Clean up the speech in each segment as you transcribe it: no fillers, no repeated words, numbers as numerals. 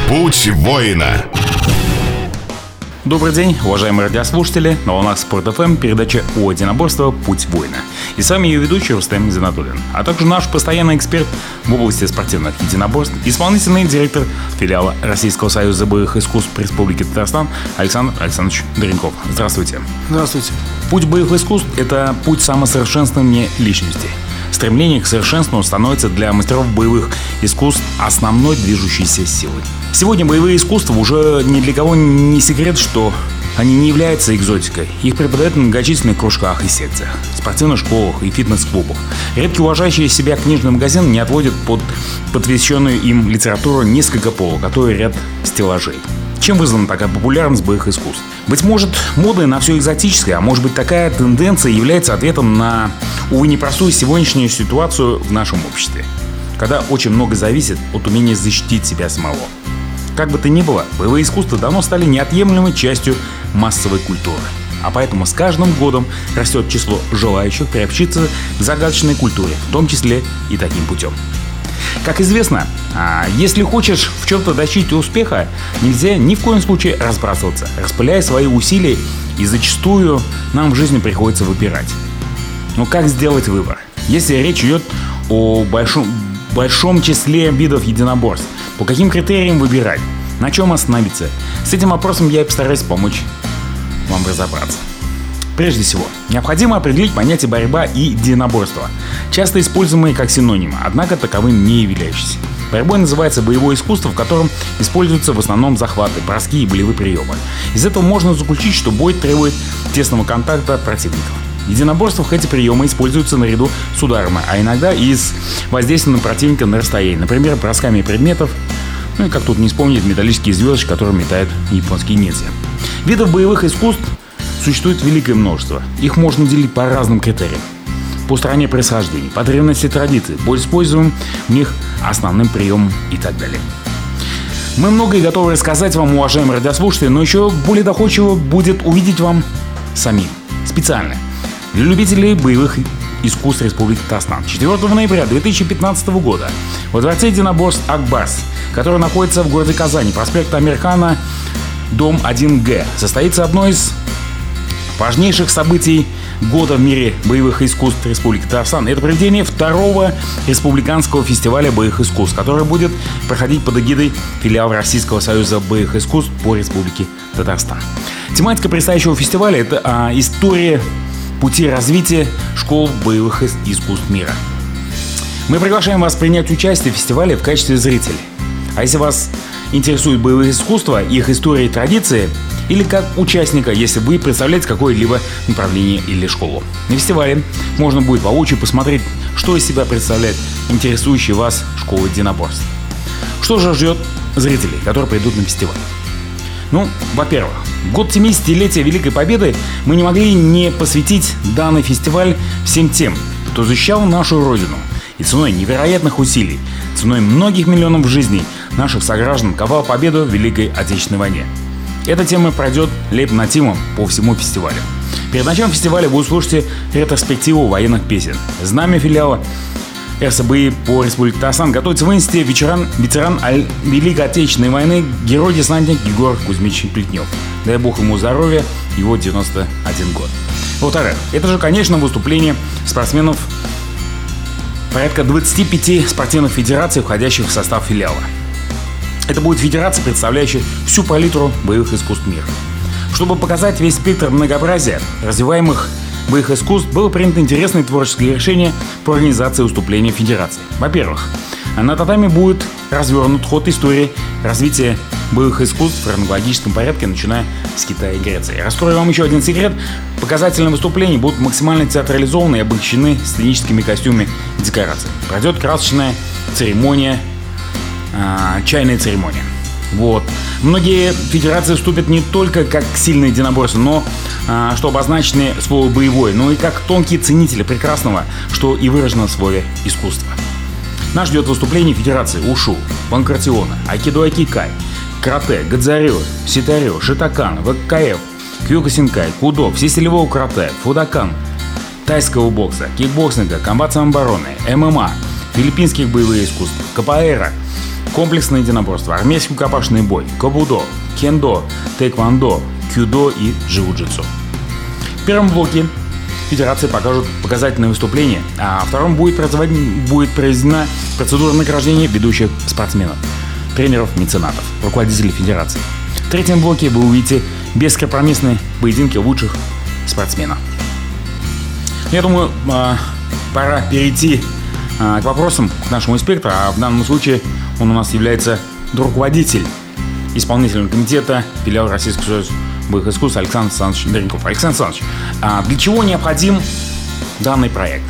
Путь воина. Добрый день, уважаемые радиослушатели. На волнах Спорт ФМ передача о единоборстве «Путь воина». И с вами ее ведущий Рустем Зинатуллин, а также наш постоянный эксперт в области спортивных единоборств, исполнительный директор филиала Российского союза боевых искусств Республики Татарстан Александр Александрович Доренков. Здравствуйте. Здравствуйте. Путь боевых искусств – это путь самосовершенствования личности. Стремление к совершенству становится для мастеров боевых искусств основной движущейся силой. Сегодня боевые искусства уже ни для кого не секрет, что они не являются экзотикой. Их преподают в многочисленных кружках и секциях, спортивных школах и фитнес-клубах. Редкий уважающий себя книжный магазин не отводит под посвященную им литературу несколько полок, а то и ряд стеллажей. Чем вызвана такая популярность боевых искусств? Быть может, модой на все экзотическое, а может быть, такая тенденция является ответом на, увы, непростую сегодняшнюю ситуацию в нашем обществе, когда очень много зависит от умения защитить себя самого. Как бы то ни было, боевые искусства давно стали неотъемлемой частью массовой культуры. А поэтому с каждым годом растет число желающих приобщиться к загадочной культуре, в том числе и таким путем. Как известно, если хочешь в чем-то достичь успеха, нельзя ни в коем случае разбрасываться, распыляя свои усилия, и зачастую нам в жизни приходится выбирать. Но как сделать выбор? Если речь идет о большом числе видов единоборств, по каким критериям выбирать? На чем остановиться? С этим вопросом я и постараюсь помочь вам разобраться. Прежде всего, необходимо определить понятие борьба и единоборство, часто используемые как синонимы, однако таковым не являющиеся. Борьбой называется боевое искусство, в котором используются в основном захваты, броски и болевые приемы. Из этого можно заключить, что бой требует тесного контакта противников. В единоборствах эти приемы используются наряду с ударами, а иногда и с воздействием на противника на расстоянии, например, бросками предметов, и как тут не вспомнить металлические звездочки, которые метают японские ниндзя. Видов боевых искусств существует великое множество. Их можно делить по разным критериям. По стране происхождения, по древности традиций, по используемым в них основным приемам и так далее. Мы многое готовы рассказать вам, уважаемые радиослушатели, но еще более доходчиво будет увидеть вам самим. Специально. Для любителей боевых искусств Республики Татарстан. 4 ноября 2015 года во Дворце единоборств «Акбарс», который находится в городе Казани, проспект Амирхана, дом 1Г, состоится одно из важнейших событий года в мире боевых искусств Республики Татарстан. Это проведение второго республиканского фестиваля боевых искусств, который будет проходить под эгидой филиала Российского союза боевых искусств по Республике Татарстан. Тематика предстоящего фестиваля – это история пути развития школ боевых искусств мира. Мы приглашаем вас принять участие в фестивале в качестве зрителей. А если вас интересуют боевые искусства, их история и традиции, или как участника, если вы представляете какое-либо направление или школу. На фестивале можно будет воочию посмотреть, что из себя представляет интересующая вас школа единоборств. Что же ждет зрителей, которые придут на фестиваль? Во-первых, в год 70-летия Великой Победы мы не могли не посвятить данный фестиваль всем тем, кто защищал нашу Родину. И ценой невероятных усилий, ценой многих миллионов жизней наших сограждан ковал победу в Великой Отечественной войне. Эта тема пройдет лейтмотивом по всему фестивалю. Перед началом фестиваля вы услышите ретроспективу военных песен. Знамя филиала РСБИ по Республике Татарстан готовится вынести ветеран Великой Отечественной войны, герой-десантник Егор Кузьмич Плетнев. Дай бог ему здоровья, его 91 год. Во-вторых, это же, конечно, выступление спортсменов порядка 25 спортивных федераций, входящих в состав филиала. Это будет федерация, представляющая всю палитру боевых искусств мира. Чтобы показать весь спектр многообразия развиваемых боевых искусств, было принято интересное творческое решение по организации выступления федерации. Во-первых, на татами будет развернут ход истории развития боевых искусств в хронологическом порядке, начиная с Китая и Греции. Раскрою вам еще один секрет. Показательные выступления будут максимально театрализованы и обогащены сценическими костюмами и декорациями. Пройдет красочная церемония, чайная церемония. Многие федерации вступят не только как сильные единоборцы, но что обозначены слово «боевой», но и как тонкие ценители прекрасного, что и выражено в слове «искусство». Нас ждет выступление федерации Ушу, Панкратиона, Айкидо-Айкикай, Карате, Гадзарю, Ситарю, Шитакан, ВКФ, Кьёкусинкай, Кудо, всесилевого карате, Фудакан, тайского бокса, кикбоксинга, комбат самообороны, ММА, филиппинских боевых искусств, капоэйра, комплексное единоборство, армейский рукопашный бой, кобудо, кендо, тэквондо, кюдо и джиу-джитсу. В первом блоке федерации покажут показательные выступления, а в втором будет проведена процедура награждения ведущих спортсменов, тренеров, меценатов, руководителей федерации. В третьем блоке вы увидите бескомпромиссные поединки лучших спортсменов. Я думаю, пора перейти к вопросам к нашему эксперту, а в данном случае он у нас является руководитель исполнительного комитета филиала Российского союза боевых искусств Александр Александрович Доренков. Александр Александрович, для чего необходим данный проект?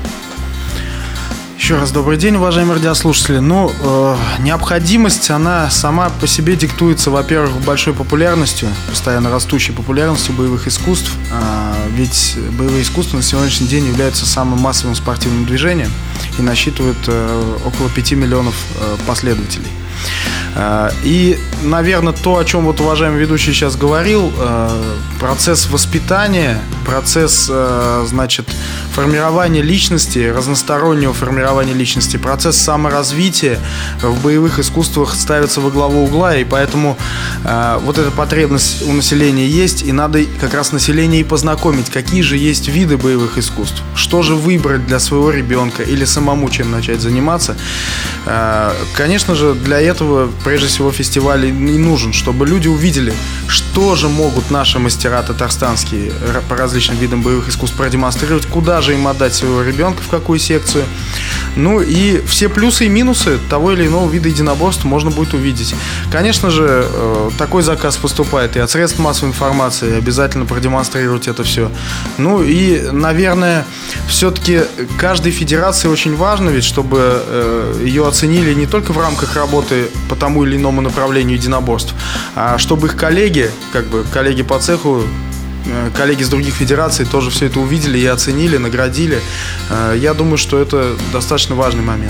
Еще раз добрый день, уважаемые радиослушатели. Необходимость, она сама по себе диктуется, во-первых, большой популярностью, постоянно растущей популярностью боевых искусств. Ведь боевые искусства на сегодняшний день являются самым массовым спортивным движением и насчитывают около 5 миллионов последователей. И, наверное, то, о чем вот уважаемый ведущий сейчас говорил, процесс воспитания, процесс, формирования личности, разностороннего формирования личности, процесс саморазвития в боевых искусствах ставится во главу угла, и поэтому вот эта потребность у населения есть, и надо как раз население и познакомить, какие же есть виды боевых искусств, что же выбрать для своего ребенка или самому чем начать заниматься. Конечно же, для этого прежде всего фестиваль и нужен, чтобы люди увидели, что же могут наши мастера татарстанские по различным видам боевых искусств продемонстрировать, куда же им отдать своего ребенка, в какую секцию. Ну и все плюсы и минусы того или иного вида единоборств можно будет увидеть. Конечно же, такой заказ поступает и от средств массовой информации, обязательно продемонстрировать это все. Ну и, наверное, все-таки каждой федерации очень важно, ведь чтобы ее оценили не только в рамках работы по тому или иному направлению единоборств, а чтобы их коллеги, коллеги по цеху, коллеги с других федераций тоже все это увидели и оценили, наградили. Я думаю, что это достаточно важный момент.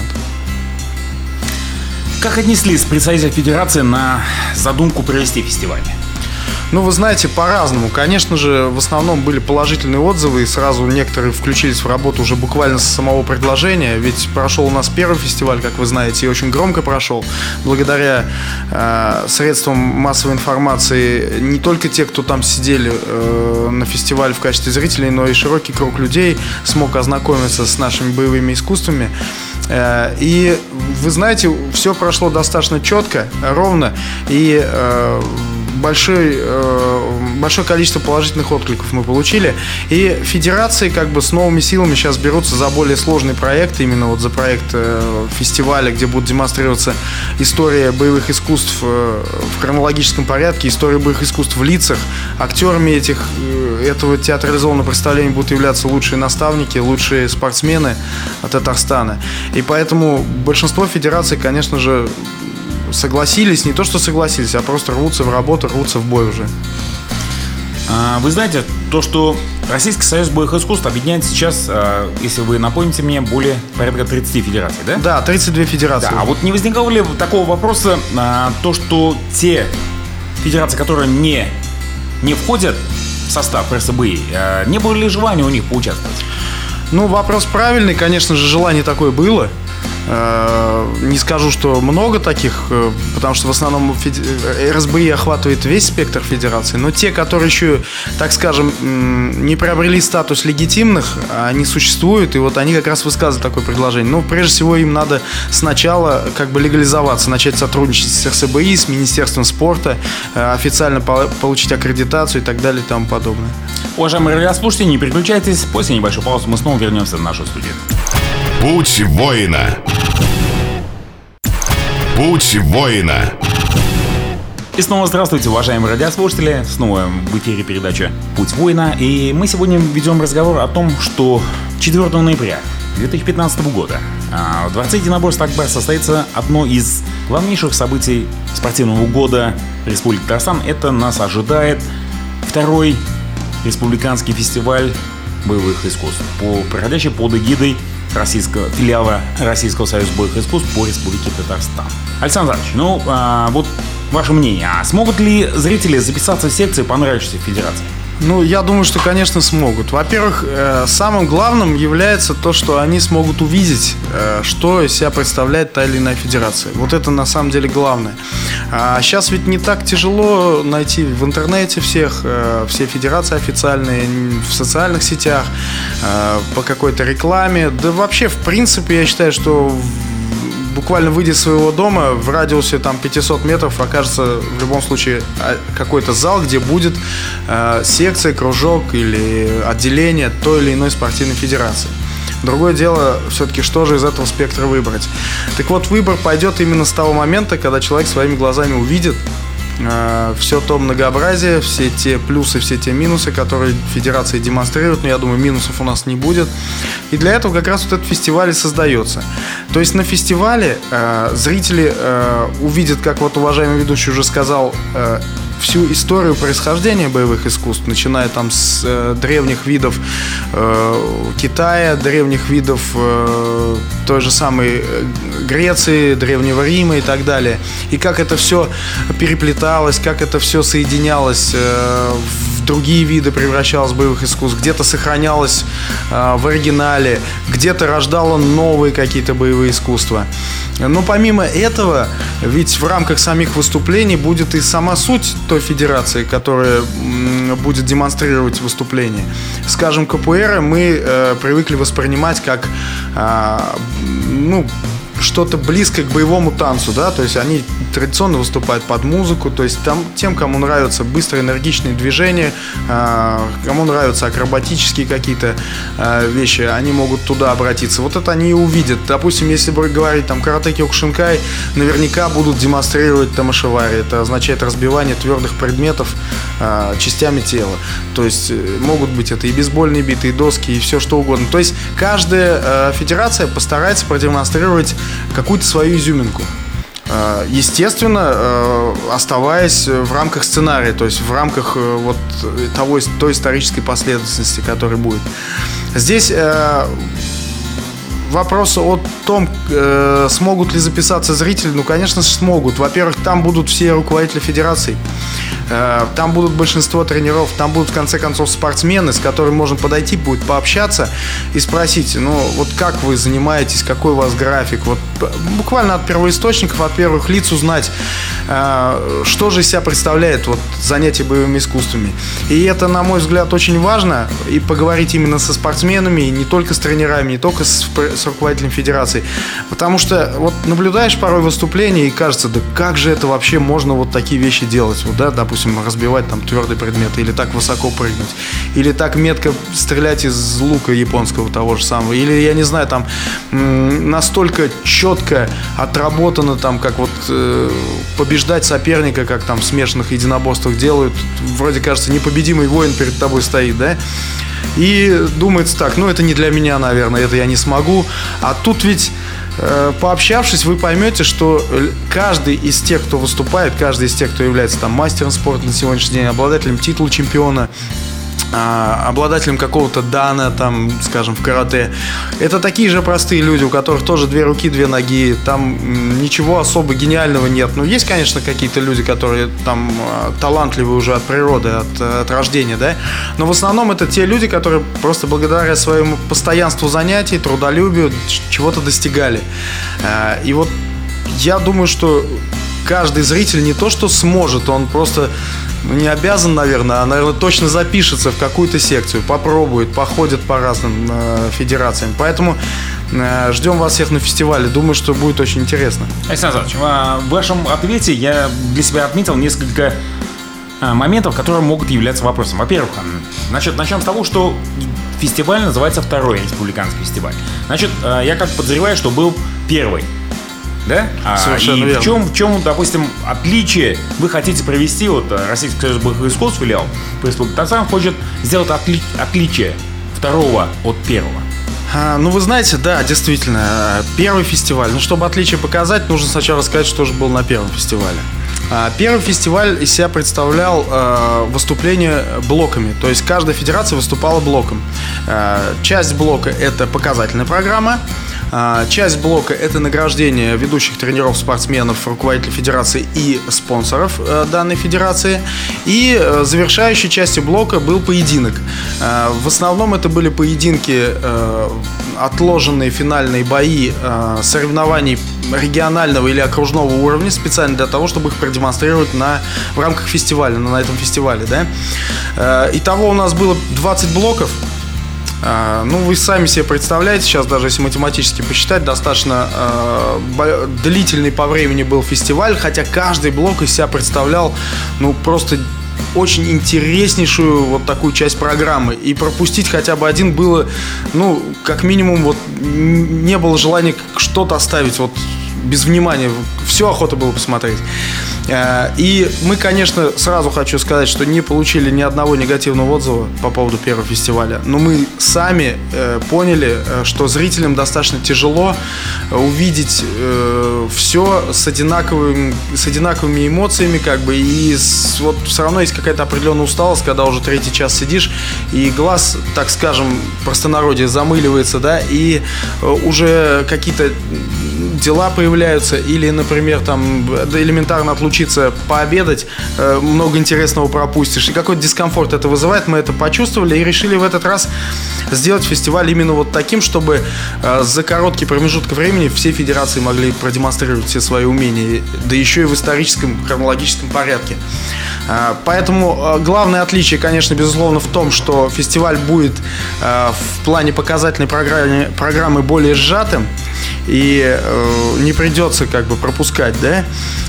Как отнеслись представители федерации на задумку провести фестиваль? Вы знаете, по-разному. Конечно же, в основном были положительные отзывы, и сразу некоторые включились в работу уже буквально с самого предложения. Ведь прошел у нас первый фестиваль, как вы знаете, и очень громко прошел. Благодаря средствам массовой информации не только те, кто там сидели на фестивале в качестве зрителей, но и широкий круг людей смог ознакомиться с нашими боевыми искусствами. И вы знаете, все прошло достаточно четко, ровно, и большое количество положительных откликов мы получили. И федерации с новыми силами сейчас берутся за более сложный проект, именно вот за проект фестиваля, где будут демонстрироваться история боевых искусств в хронологическом порядке, история боевых искусств в лицах. Актерами этого театрализованного представления будут являться лучшие наставники, лучшие спортсмены от Татарстана. И поэтому большинство федераций, конечно же, согласились, не то что согласились, а просто рвутся в работу, рвутся в бой уже. Вы знаете, то, что Российский союз боевых искусств объединяет сейчас, если вы напомните мне, порядка 30 федераций, да? Да, 32 федерации. Да, а вот не возникало ли такого вопроса, то, что те федерации, которые не входят в состав РСБИ, не было ли желания у них поучаствовать? Вопрос правильный, конечно же, желание такое было. Не скажу, что много таких, потому что в основном РСБИ охватывает весь спектр федераций, но те, которые еще, так скажем, не приобрели статус легитимных, они существуют, и вот они как раз высказывают такое предложение. Прежде всего, им надо сначала легализоваться, начать сотрудничать с РСБИ, с Министерством спорта, официально получить аккредитацию и так далее и тому подобное. Уважаемые радиослушатели, не переключайтесь, после небольшой паузы мы снова вернемся в нашу студию. Путь воина. Путь воина. И снова здравствуйте, уважаемые радиослушатели. Снова в эфире передача «Путь воина». И мы сегодня ведем разговор о том, что 4 ноября 2015 года в Дворце единоборств Акбар состоится одно из главнейших событий спортивного года Республики Татарстан. Это нас ожидает второй республиканский фестиваль боевых искусств, проходящий под эгидой филиала Российского союза боевых искусств по Республике Татарстан. Александр Александрович, вот ваше мнение, а смогут ли зрители записаться в секции понравившейся федерации? Ну, я думаю, что, конечно, смогут. Во-первых, самым главным является то, что они смогут увидеть, что из себя представляет та или иная федерация. Вот это на самом деле главное. А сейчас ведь не так тяжело найти в интернете все федерации официальные, в социальных сетях, по какой-то рекламе. Да вообще, в принципе, я считаю, что буквально выйдя из своего дома, в радиусе там 500 метров окажется в любом случае какой-то зал, где будет секция, кружок или отделение той или иной спортивной федерации. Другое дело, все-таки, что же из этого спектра выбрать. Так вот, выбор пойдет именно с того момента, когда человек своими глазами увидит все то многообразие, все те плюсы, все те минусы, которые федерации демонстрируют. Но я думаю, минусов у нас не будет. И для этого как раз вот этот фестиваль и создается. То есть на фестивале зрители увидят, как вот уважаемый ведущий уже сказал, всю историю происхождения боевых искусств, начиная там с древних видов Китая, древних видов той же самой Греции, Древнего Рима и так далее. И как это все переплеталось, как это все соединялось в другие виды, превращалось в боевых искусств, где-то сохранялось в оригинале, где-то рождало новые какие-то боевые искусства. Но помимо этого, ведь в рамках самих выступлений будет и сама суть той федерации, которая будет демонстрировать выступление. Скажем, КПР мы привыкли воспринимать как что-то близкое к боевому танцу, да, то есть они традиционно выступают под музыку, то есть там тем, кому нравятся быстрые энергичные движения, кому нравятся акробатические какие-то вещи, они могут туда обратиться. Вот это они и увидят. Допустим, если говорить там карате кёкушинкай, наверняка будут демонстрировать тамашевари. Это означает разбивание твердых предметов частями тела. То есть могут быть это и бейсбольные биты, и доски, и все что угодно. То есть каждая федерация постарается продемонстрировать какую-то свою изюминку. Естественно, оставаясь в рамках сценария, то есть в рамках вот той исторической последовательности, которая будет. Здесь вопрос о том, смогут ли записаться зрители, ну, конечно же, смогут. Во-первых, там будут все руководители федераций, там будут большинство тренеров, там будут, в конце концов, спортсмены, с которыми можно подойти, будет пообщаться и спросить, ну, вот как вы занимаетесь, какой у вас график, вот буквально от первоисточников, от первых лиц узнать, что же из себя представляет вот занятие боевыми искусствами. И это, на мой взгляд, очень важно, и поговорить именно со спортсменами, и не только с тренерами, не только с руководителем федерации, потому что вот наблюдаешь порой выступления и кажется, да как же это вообще можно вот такие вещи делать, вот, да, допустим, разбивать там твердые предметы, или так высоко прыгнуть, или так метко стрелять из лука японского того же самого, или, я не знаю, там настолько четко отработано, там, как вот побеждать соперника, как там в смешанных единоборствах делают, вроде кажется, непобедимый воин перед тобой стоит, да, и думается так, ну это не для меня, наверное, это я не смогу, а тут ведь пообщавшись, вы поймете, что каждый из тех, кто выступает, каждый из тех, кто является там мастером спорта на сегодняшний день, обладателем титула чемпиона, обладателем какого-то дана, там, скажем, в карате, это такие же простые люди, у которых тоже 2 руки, 2 ноги, там ничего особо гениального нет. Ну, есть, конечно, какие-то люди, которые там талантливые уже от природы, от рождения, да, но в основном это те люди, которые просто благодаря своему постоянству занятий, трудолюбию чего-то достигали. И вот я думаю, что каждый зритель не то что сможет, он просто не обязан, наверное, а, наверное, точно запишется в какую-то секцию, попробует, походит по разным федерациям. Поэтому ждем вас всех на фестивале. Думаю, что будет очень интересно. Александр Александрович, в вашем ответе я для себя отметил несколько моментов, которые могут являться вопросом. Во-первых, начнем с того, что фестиваль называется второй республиканский фестиваль. Значит, я как подозреваю, что был первый. Да? Совершенно и верно. в чем, допустим, отличие вы хотите провести, вот Российский союз боевых искусств филиал по республике Татарстан хочет сделать отличие второго от первого? Ну, вы знаете, да, действительно, первый фестиваль. Но чтобы отличие показать, нужно сначала сказать, что же было на первом фестивале. Первый фестиваль из себя представлял выступления блоками. То есть каждая федерация выступала блоком. Часть блока – это показательная программа. Часть блока – это награждение ведущих тренеров, спортсменов, руководителей федерации и спонсоров данной федерации. И завершающей частью блока был поединок. В основном это были поединки, отложенные финальные бои соревнований регионального или окружного уровня, специально для того, чтобы их продемонстрировать в рамках фестиваля, на этом фестивале. Да? Итого у нас было 20 блоков. Вы сами себе представляете, сейчас даже если математически посчитать, достаточно длительный по времени был фестиваль, хотя каждый блок из себя представлял, просто очень интереснейшую вот такую часть программы. И пропустить хотя бы один было, как минимум, не было желания что-то оставить без внимания. Все охота было посмотреть. И мы, конечно, сразу хочу сказать, что не получили ни одного негативного отзыва по поводу первого фестиваля. Но мы сами поняли, что зрителям достаточно тяжело увидеть все с одинаковыми эмоциями, и все равно есть какая-то определенная усталость, когда уже третий час сидишь, и глаз, так скажем, в простонародье замыливается, да, и уже какие-то дела появляются, или, например, элементарно отлучиться пообедать, много интересного пропустишь, и какой-то дискомфорт это вызывает. Мы это почувствовали и решили в этот раз сделать фестиваль именно таким, чтобы за короткий промежуток времени все федерации могли продемонстрировать все свои умения, да еще и в историческом, хронологическом порядке. Поэтому главное отличие, конечно, безусловно, в том, что фестиваль будет в плане показательной программы более сжатым, и не придется пропускать, да.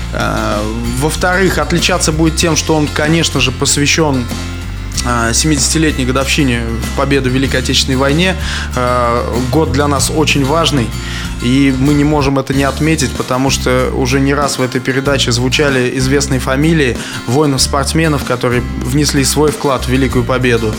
Во-вторых, отличаться будет тем, что он, конечно же, посвящен 70-летней годовщине победы в Великой Отечественной войне. Год для нас очень важный, и мы не можем это не отметить, потому что уже не раз в этой передаче звучали известные фамилии воинов-спортсменов, которые внесли свой вклад в Великую Победу.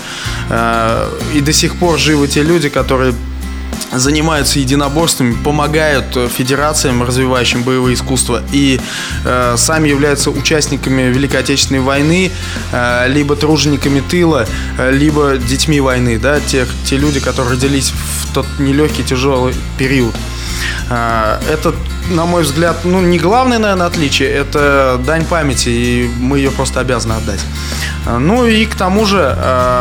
И до сих пор живы те люди, которые занимаются единоборствами, помогают федерациям, развивающим боевые искусства, и сами являются участниками Великой Отечественной войны, либо тружениками тыла, либо детьми войны, да, те люди, которые родились в тот нелегкий, тяжелый период. Это, на мой взгляд, не главное, наверное, отличие, это дань памяти, и мы ее просто обязаны отдать. И к тому же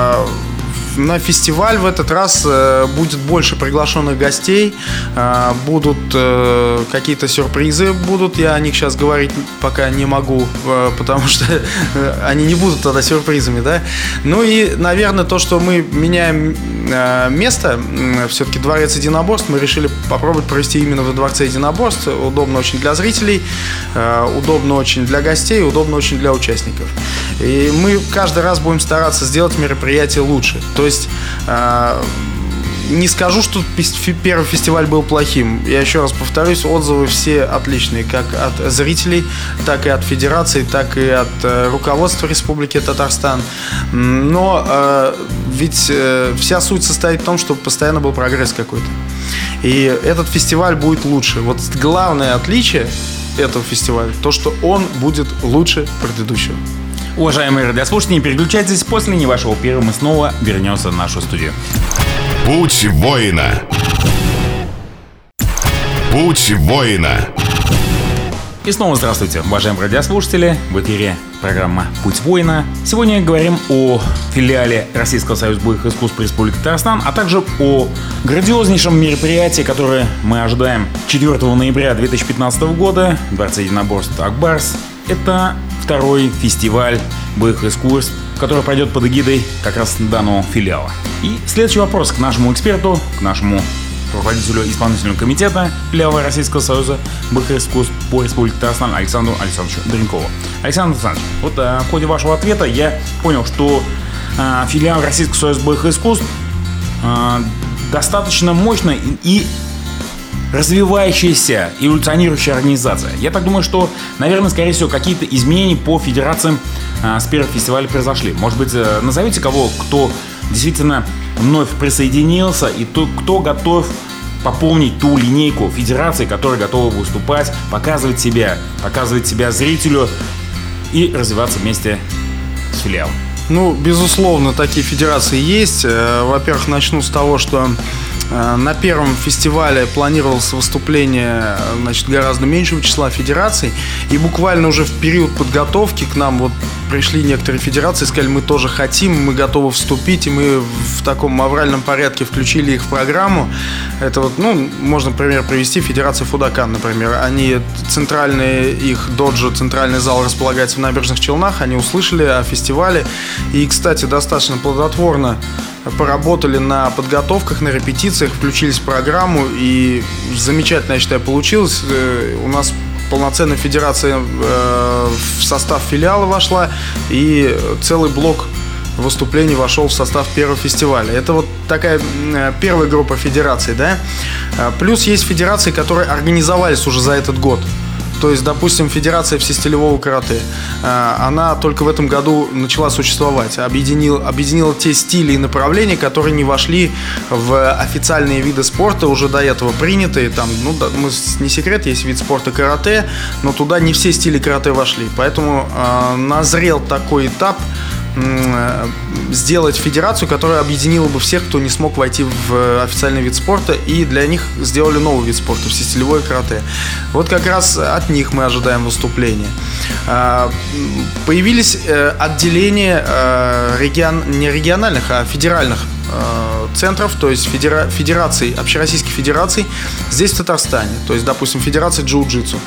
на фестиваль в этот раз будет больше приглашенных гостей, будут какие-то сюрпризы, я о них сейчас говорить пока не могу, потому что они не будут тогда сюрпризами, да. И, наверное, то, что мы меняем место, все-таки Дворец единоборств, мы решили попробовать провести именно во Дворце единоборств. Удобно очень для зрителей, удобно очень для гостей, удобно очень для участников. И мы каждый раз будем стараться сделать мероприятие лучше. То есть не скажу, что первый фестиваль был плохим. Я еще раз повторюсь, отзывы все отличные, как от зрителей, так и от федерации, так и от руководства Республики Татарстан. Но ведь вся суть состоит в том, чтобы постоянно был прогресс какой-то. И этот фестиваль будет лучше. Главное отличие этого фестиваля, то, что он будет лучше предыдущего. Уважаемые радиослушатели, не переключайтесь, после небольшого перерыва мы снова вернемся в нашу студию. Путь воина. Путь воина. И снова здравствуйте, уважаемые радиослушатели. В эфире программа «Путь воина». Сегодня говорим о филиале Российского союза боевых искусств Республики Татарстан, а также о грандиознейшем мероприятии, которое мы ожидаем 4 ноября 2015 года в Дворце единоборств «Акбарс». Это второй фестиваль боевых искусств, который пройдет под эгидой как раз данного филиала. И следующий вопрос к нашему эксперту, к нашему руководителю исполнительного комитета филиала Российского союза боевых искусств по Республике Татарстан Александру Александровичу Дренкову. Александр Александрович, в ходе вашего ответа я понял, что филиал Российского союза боевых искусств достаточно мощный и развивающаяся, эволюционирующая организация. Я так думаю, что, наверное, скорее всего, какие-то изменения по федерациям с первого фестиваля произошли. Может быть, назовите кто действительно вновь присоединился и кто готов пополнить ту линейку федерации, которые готовы выступать, показывать себя зрителю и развиваться вместе с филиалом. Безусловно, такие федерации есть. Во-первых, начну с того, что На первом фестивале планировалось выступление, значит, гораздо меньшего числа федераций. И буквально уже в период подготовки к нам вот пришли некоторые федерации, сказали, мы тоже хотим, мы готовы вступить. И мы в таком авральном порядке включили их в программу. Это вот, ну, можно, например, привести Федерация Фудокан, например. Они, центральные, их доджо, центральный зал располагается в Набережных Челнах. Они услышали о фестивале. И, кстати, достаточно плодотворно поработали на подготовках, на репетициях, включились в программу, и замечательно, я считаю, получилось. У нас полноценная федерация в состав филиала вошла, и целый блок выступлений вошел в состав первого фестиваля. Это вот такая первая группа федераций, да. Плюс есть федерации, которые организовались уже за этот год. То есть, допустим, Федерация всестилевого карате, она только в этом году начала существовать, объединила те стили и направления, которые не вошли в официальные виды спорта, уже до этого принятые. Там, ну, не секрет, есть вид спорта карате, но туда не все стили карате вошли. Поэтому назрел такой этап сделать федерацию, которая объединила бы всех, кто не смог войти в официальный вид спорта, и для них сделали новый вид спорта, всестилевое карате. Вот как раз от них мы ожидаем выступления. Появились отделения не региональных, а федеральных центров, то есть федераций, общероссийских федераций здесь, в Татарстане. То есть, допустим, Федерация джиу-джитсу.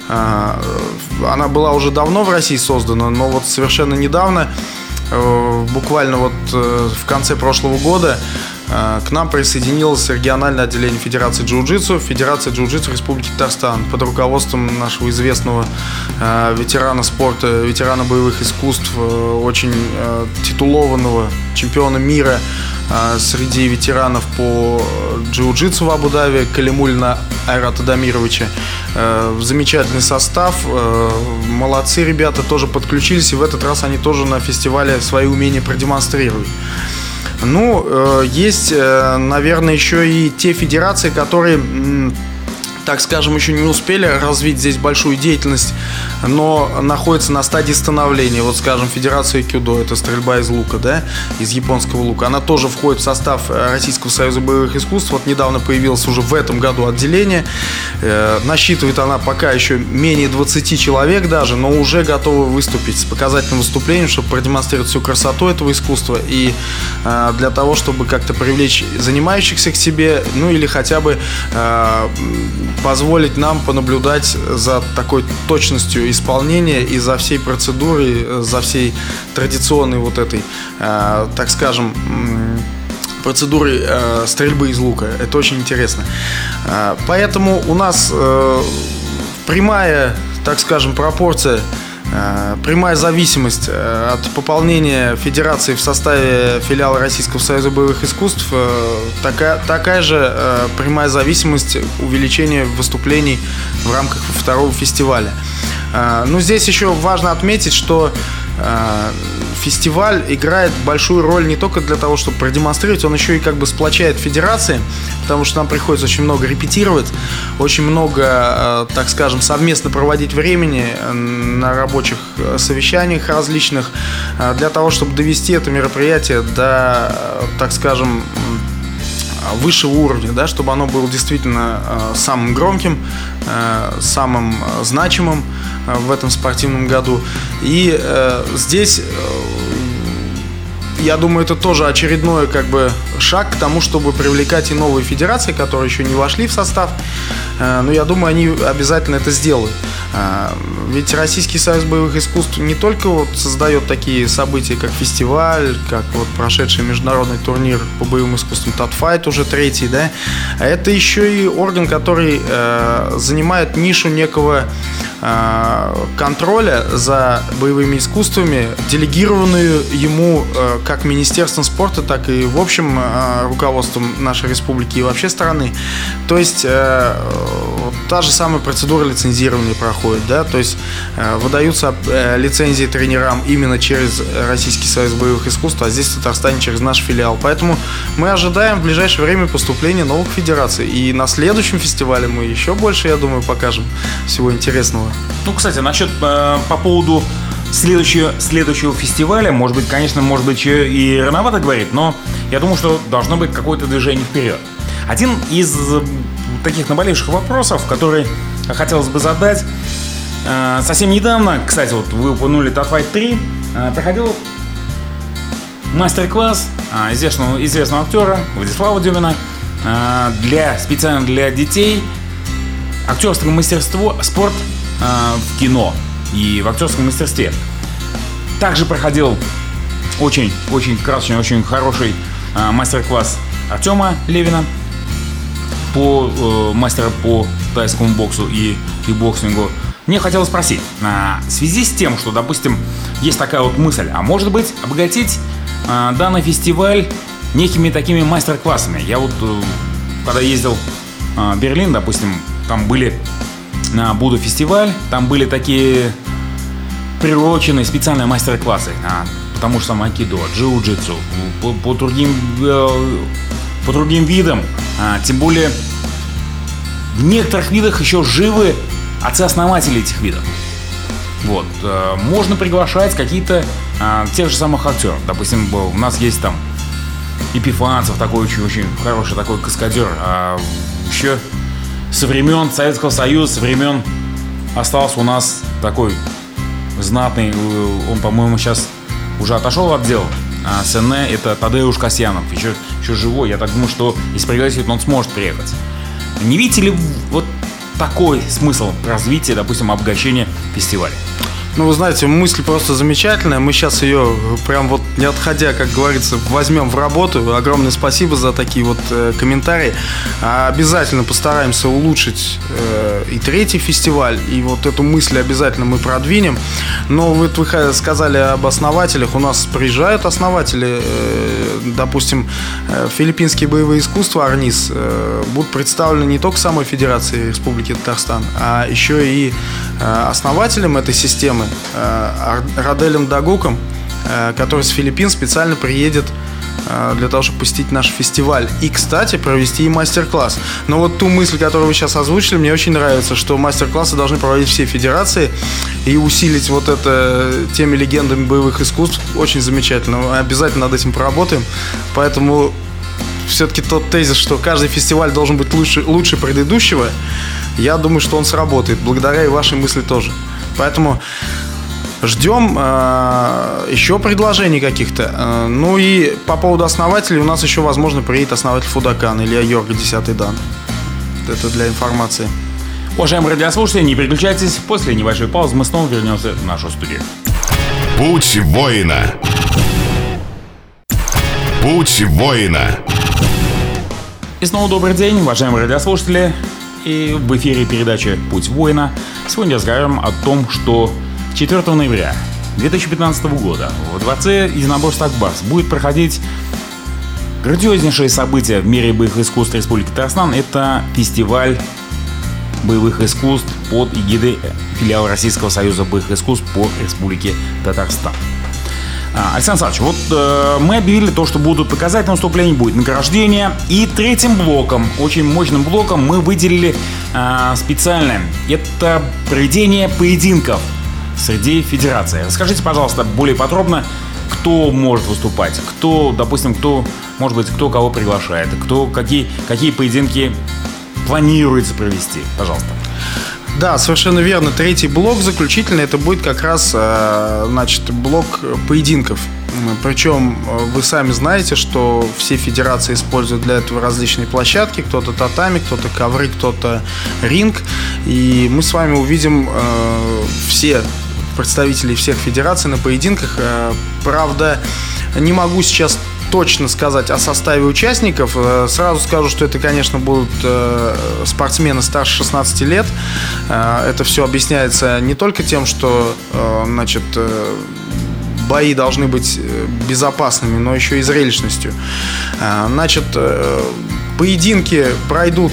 Она была уже давно в России создана, но вот совершенно недавно, буквально вот в конце прошлого года, к нам присоединилось региональное отделение Федерации джиу-джитсу, Федерация джиу-джитсу Республики Татарстан под руководством нашего известного ветерана спорта, ветерана боевых искусств, очень титулованного чемпиона мира среди ветеранов по джиу-джитсу в Абу-Даби Калимуллина Айрата Дамировича. Замечательный состав, молодцы ребята, тоже подключились, и в этот раз они тоже на фестивале свои умения продемонстрируют. Ну, есть, наверное, еще и те федерации, которые, так скажем, еще не успели развить здесь большую деятельность, но находятся на стадии становления. Вот, скажем, Федерация кюдо, это стрельба из лука, да, из японского лука. Она тоже входит в состав Российского союза боевых искусств. Вот недавно появилось уже в этом году отделение. Насчитывает она пока еще менее 20 человек даже, но уже готовы выступить с показательным выступлением, чтобы продемонстрировать всю красоту этого искусства и для того, чтобы как-то привлечь занимающихся к себе, ну или хотя бы позволить нам понаблюдать за такой точностью исполнения и за всей процедурой, за всей традиционной вот этой, так скажем, процедурой стрельбы из лука. Это очень интересно. Поэтому у нас прямая, так скажем, пропорция, прямая зависимость от пополнения федерации в составе филиала Российского союза боевых искусств, такая же прямая зависимость увеличения выступлений в рамках второго фестиваля. Но здесь еще важно отметить, что фестиваль играет большую роль не только для того, чтобы продемонстрировать, он еще и как бы сплочает федерации, потому что нам приходится очень много репетировать, очень много, так скажем, совместно проводить времени на рабочих совещаниях различных, для того, чтобы довести это мероприятие до, так скажем, высшего уровня, да, чтобы оно было действительно самым громким, самым значимым в этом спортивном году. И здесь, я думаю, это тоже очередной как бы шаг к тому, чтобы привлекать и новые федерации, которые еще не вошли в состав. Но я думаю, они обязательно это сделают. Ведь Российский союз боевых искусств не только вот создает такие события, как фестиваль, как вот прошедший международный турнир по боевым искусствам Татфайт, уже третий, да, а это еще и орган, который занимает нишу некого контроля за боевыми искусствами, делегированную ему как Министерством спорта, так и в общем руководством нашей республики и вообще страны. То есть та же самая процедура лицензирования проходит, да, то есть выдаются лицензии тренерам именно через Российский союз боевых искусств, а здесь в Татарстане через наш филиал. Поэтому мы ожидаем в ближайшее время поступления новых федераций. И на следующем фестивале мы еще больше, я думаю, покажем всего интересного. Ну, кстати, насчет по поводу следующего фестиваля, может быть, конечно, может быть, и рановато говорить, но я думаю, что должно быть какое-то движение вперед. Один из таких наболевших вопросов, который хотелось бы задать. Совсем недавно, кстати, вот вы упомянули Татфайт 3, проходил мастер-класс известного актера Владислава Дюмина специально для детей. Актерское мастерство, спорт в кино и в актерском мастерстве. Также проходил очень красочный, очень хороший мастер-класс Артема Левина, мастера по тайскому боксу и кикбоксингу. Мне хотелось спросить, в связи с тем, что, допустим, есть такая вот мысль, а может быть обогатить данный фестиваль некими такими мастер-классами. Я вот, когда ездил в Берлин, допустим, там были на Будда-фестиваль, там были такие приуроченные специальные мастер-классы, потому что айкидо, джиу-джитсу, по другим видам, тем более в некоторых видах еще живы отцы-основатели этих видов. Вот. Можно приглашать какие-то тех же самых актеров. Допустим, у нас есть там Епифанцев, такой очень хороший такой каскадер. Еще со времен Советского Союза, со времен остался у нас такой знатный, он, по-моему, сейчас уже отошел от дел. Сене — это Тадеуш Касьянов, еще живой. Я так думаю, что если пригласить, он сможет приехать. Не видите ли вот такой смысл развития, допустим, обогащения фестиваля? Ну, вы знаете, мысль просто замечательная. Мы сейчас ее прям вот не отходя, как говорится, возьмем в работу. Огромное спасибо за такие вот комментарии. Обязательно постараемся улучшить и третий фестиваль. И вот эту мысль обязательно мы продвинем. Но вы сказали об основателях. У нас приезжают основатели. Допустим, филиппинские боевые искусства АРНИС будут представлены не только самой Федерации Республики Татарстан, а еще и основателем этой системы Раделем Дагуком, который с Филиппин специально приедет для того, чтобы посетить наш фестиваль и, кстати, провести и мастер-класс. Но вот ту мысль, которую вы сейчас озвучили, мне очень нравится, что мастер-классы должны проводить все федерации и усилить вот это теми легендами боевых искусств. Очень замечательно. Мы обязательно над этим поработаем. Поэтому все-таки тот тезис, что каждый фестиваль должен быть лучше предыдущего, я думаю, что он сработает, благодаря и вашей мысли тоже. Поэтому ждем еще предложений каких-то. Ну и по поводу основателей, у нас еще, возможно, приедет основатель Фудакан, Илья Йорга, 10-й дан. Это для информации. Уважаемые радиослушатели, не переключайтесь. После небольшой паузы мы снова вернемся в нашу студию. Путь воина. Путь воина. И снова добрый день, уважаемые радиослушатели. И в эфире передача «Путь воина». Сегодня разговариваем о том, что 4 ноября 2015 года в Дворце единоборств Ак-Барс будет проходить грандиознейшее событие в мире боевых искусств Республики Татарстан. Это фестиваль боевых искусств под эгидой филиала Российского союза боевых искусств по Республике Татарстан. Александр Александрович, вот мы объявили то, что будут показательные выступления, будет награждение. И третьим блоком, очень мощным блоком, мы выделили специально. Это проведение поединков среди федераций. Расскажите, пожалуйста, более подробно, кто может выступать, кто, допустим, может быть, кто кого приглашает, какие поединки планируется провести. Пожалуйста. Да, совершенно верно. Третий блок, заключительный, это будет как раз, блок поединков. Причем вы сами знаете, что все федерации используют для этого различные площадки. Кто-то татами, кто-то ковры, кто-то ринг. И мы с вами увидим все представителей всех федераций на поединках. Правда, не могу сейчас точно сказать о составе участников. Сразу скажу, что это, конечно, будут спортсмены старше 16 лет. Это все объясняется не только тем, что бои должны быть безопасными, но еще и зрелищностью. Поединки пройдут,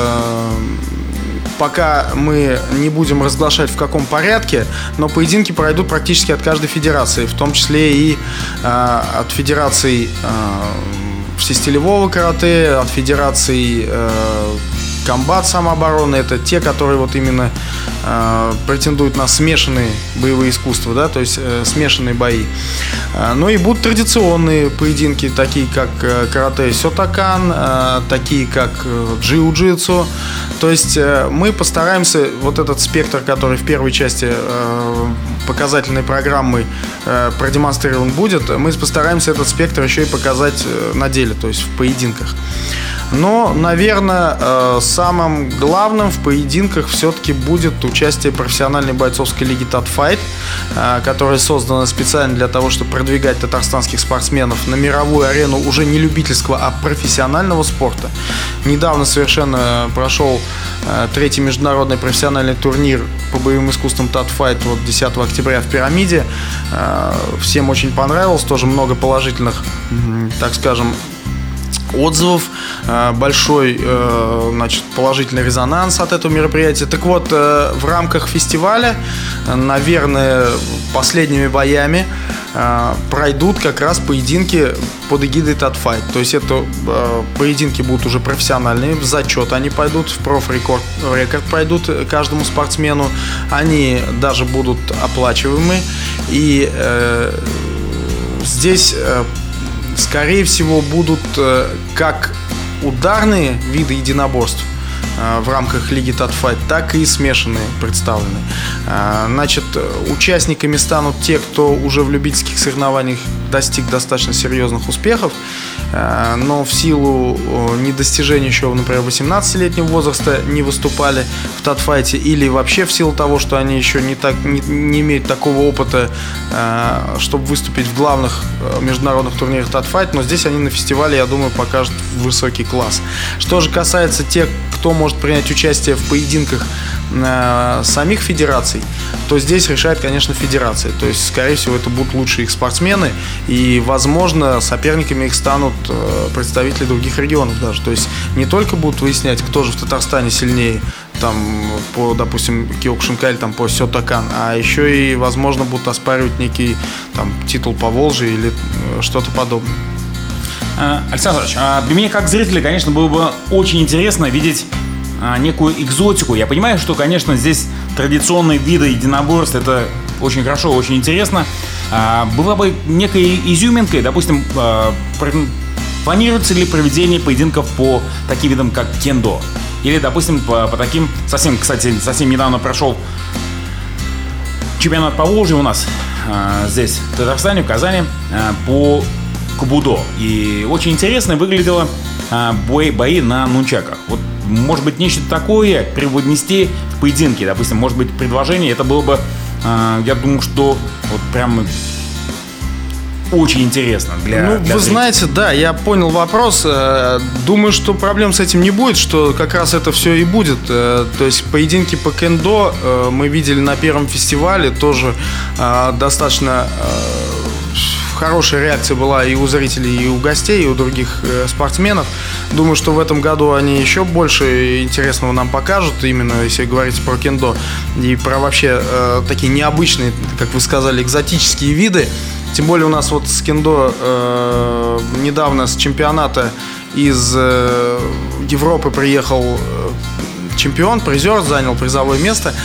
пока мы не будем разглашать в каком порядке, но поединки пройдут практически от каждой федерации, в том числе и от федераций всестилевого карате, от федераций комбат самообороны, это те, которые вот именно претендуют на смешанные боевые искусства, да, то есть смешанные бои. Ну и будут традиционные поединки, такие как карате сётокан, такие как джиу-джитсу. То есть мы постараемся вот этот спектр, который в первой части показательной программы продемонстрирован будет, мы постараемся этот спектр еще и показать на деле, то есть в поединках. Но, наверное, самым главным в поединках все-таки будет участие профессиональной бойцовской лиги Татфайт, которая создана специально для того, чтобы продвигать татарстанских спортсменов на мировую арену уже не любительского, а профессионального спорта. Недавно совершенно прошел третий международный профессиональный турнир по боевым искусствам Татфайт, вот 10 октября в Пирамиде. Всем очень понравилось, тоже много положительных, так скажем, отзывов, большой, значит, положительный резонанс от этого мероприятия. Так вот, в рамках фестиваля, наверное, последними боями пройдут как раз поединки под эгидой Татфайт. То есть это поединки будут уже профессиональные, в зачет они пойдут, в профрекорд пойдут каждому спортсмену. Они даже будут оплачиваемы. И здесь скорее всего будут как ударные виды единоборств в рамках лиги Татфайт, так и смешанные представлены. Значит, участниками станут те, кто уже в любительских соревнованиях достиг достаточно серьезных успехов, но в силу недостижения еще, например, 18-летнего возраста не выступали в Татфайте, или вообще в силу того, что они еще не имеют такого опыта, чтобы выступить в главных международных турнирах Татфайт, но здесь они на фестивале, я думаю, покажут высокий класс. Что же касается тех, кто может принять участие в поединках самих федераций, то здесь решает, конечно, федерация. То есть, скорее всего, это будут лучшие их спортсмены, и, возможно, соперниками их станут представители других регионов даже. То есть не только будут выяснять, кто же в Татарстане сильнее, там, по, допустим, Киокушинкай, там, по сётокан, а еще и, возможно, будут оспаривать некий там титул по Волжье или что-то подобное. Александр Ильич, для меня как зрителя, конечно, было бы очень интересно видеть некую экзотику. Я понимаю, что, конечно, здесь традиционные виды единоборств — это очень хорошо, очень интересно. Была бы некой изюминкой, допустим, планируется ли проведение поединков по таким видам, как кендо? Или, допустим, по таким, совсем недавно прошел чемпионат по Волжье у нас здесь, в Татарстане, в Казани, по кобудо. И очень интересно выглядело бои на нунчаках. Вот, может быть, нечто такое преподнести в поединке. Допустим, может быть, предложение, это было бы, я думаю, что вот прям очень интересно для вы знаете, да, я понял вопрос. Думаю, что проблем с этим не будет, что как раз это все и будет. То есть поединки по кендо мы видели на первом фестивале, тоже достаточно хорошая реакция была и у зрителей, и у гостей, и у других спортсменов. Думаю, что в этом году они еще больше интересного нам покажут, именно если говорить про кендо и про вообще такие необычные, как вы сказали, экзотические виды. Тем более у нас вот с кендо недавно с чемпионата из Европы приехал чемпион, призер, занял призовое место.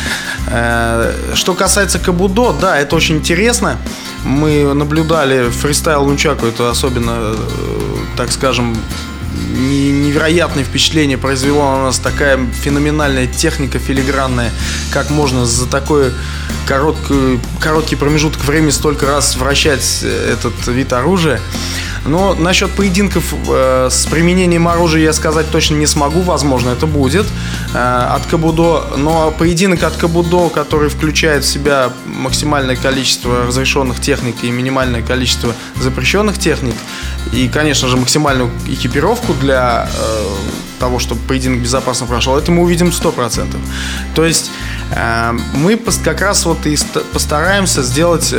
Что касается кобудо, да, это очень интересно. Мы наблюдали фристайл нунчаку, это особенно, так скажем, невероятное впечатление произвела на нас такая феноменальная техника филигранная, как можно за такой короткий промежуток времени столько раз вращать этот вид оружия. Но насчет поединков с применением оружия я сказать точно не смогу. Возможно, это будет от кобудо. Но поединок от кобудо, который включает в себя максимальное количество разрешенных техник и минимальное количество запрещенных техник, и, конечно же, максимальную экипировку для того, чтобы поединок безопасно прошел, это мы увидим 100%. То есть мы как раз вот и постараемся сделать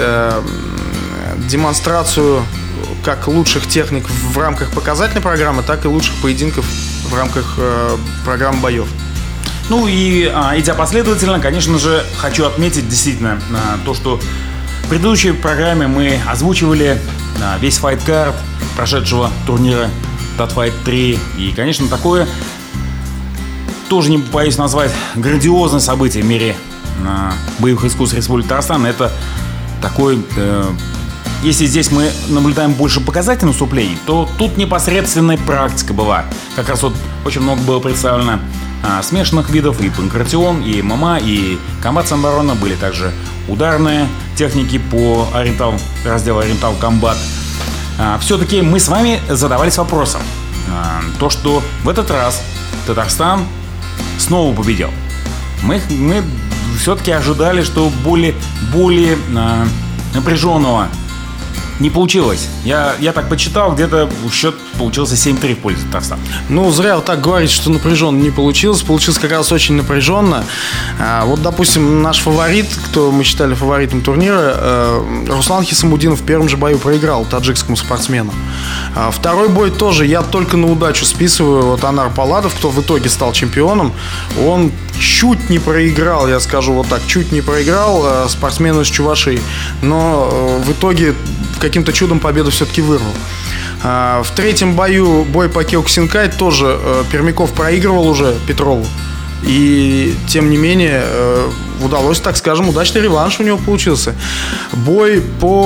демонстрацию как лучших техник в рамках показательной программы, так и лучших поединков в рамках программы боев. Ну и идя последовательно, конечно же, хочу отметить действительно то, что в предыдущей программе мы озвучивали весь файткард прошедшего турнира Татфайт 3. И, конечно, такое тоже не боюсь назвать грандиозное событие в мире боевых искусств Республики Татарстан. Это такой... Если здесь мы наблюдаем больше показательных выступлений, то тут непосредственная практика была. Как раз вот очень много было представлено смешанных видов, и панкратион, и ММА, и комбат самооборона, были также ударные техники по разделу ориентал комбат. Все-таки мы с вами задавались вопросом. То, что в этот раз Татарстан снова победил. Мы все-таки ожидали, что более напряженного не получилось. Я так почитал, где-то счет получился 7-3 в пользу Татарстана. Ну, зря вот так говорить, что напряженно не получилось. Получилось как раз очень напряженно. Вот, допустим, наш фаворит, кто мы считали фаворитом турнира, Руслан Хисамудинов в первом же бою проиграл таджикскому спортсмену. Второй бой тоже я только на удачу списываю. Вот Анар Палладов, кто в итоге стал чемпионом, он чуть не проиграл, я скажу вот так, чуть не проиграл спортсмену из Чувашии. Но в итоге каким-то чудом победу все-таки вырвал. В третьем бою бой по Киокусинкай тоже Пермяков проигрывал уже Петрову. И тем не менее удалось, так скажем, удачный реванш у него получился. Бой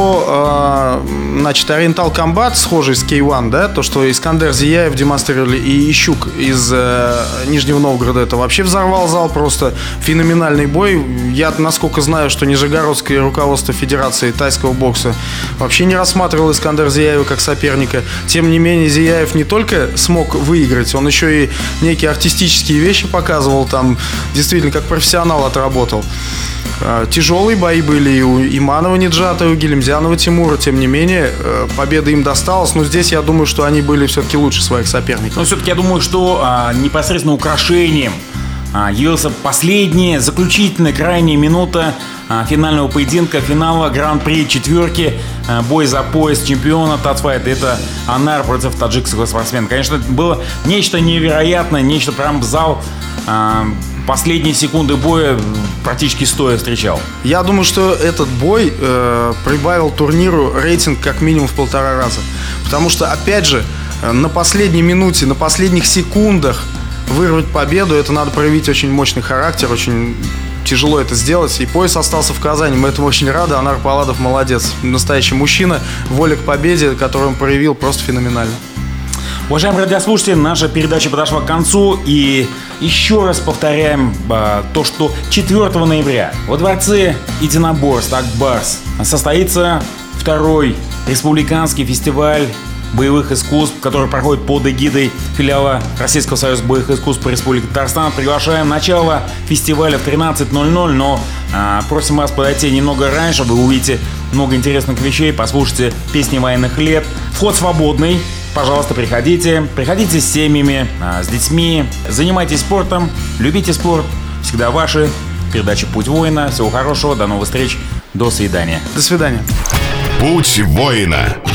по ориентал комбат, схожий с K1, да, то, что Искандер Зияев демонстрировали, и Ищук из Нижнего Новгорода, это вообще взорвал зал, просто феноменальный бой. Я, насколько знаю, что нижегородское руководство Федерации тайского бокса вообще не рассматривало Искандера Зияева как соперника. Тем не менее, Зияев не только смог выиграть, он еще и некие артистические вещи показывал, там действительно как профессионал отработал. Тяжелые бои были и у Иманова Ниджата, и у Гилемзянова Тимура. Тем не менее, победа им досталась. Но здесь я думаю, что они были все-таки лучше своих соперников. Но все-таки я думаю, что непосредственно украшением явился последняя, заключительная, крайняя минута финального поединка, финала Гран-при четверки, бой за пояс чемпиона Татфайт. Это Анар против таджикского спортсмена. Конечно, это было нечто невероятное, нечто прям зал последние секунды боя практически стоя встречал. Я думаю, что этот бой прибавил турниру рейтинг как минимум в 1,5 раза. Потому что, опять же, на последней минуте, на последних секундах вырвать победу, это надо проявить очень мощный характер, очень тяжело это сделать. И пояс остался в Казани, мы этому очень рады. Анар Палладов молодец, настоящий мужчина, воля к победе, которую он проявил, просто феноменально. Уважаемые радиослушатели, наша передача подошла к концу, и еще раз повторяем то, что 4 ноября во дворце единоборств Акбарс состоится второй республиканский фестиваль боевых искусств, который проходит под эгидой филиала Российского союза боевых искусств по Республике Татарстан. Приглашаем начало фестиваля в 13:00, но просим вас подойти немного раньше, вы увидите много интересных вещей, послушайте песни военных лет. Вход свободный. Пожалуйста, приходите с семьями, с детьми, занимайтесь спортом, любите спорт. Всегда ваши. Передача «Путь воина». Всего хорошего, до новых встреч, до свидания. До свидания. Путь воина.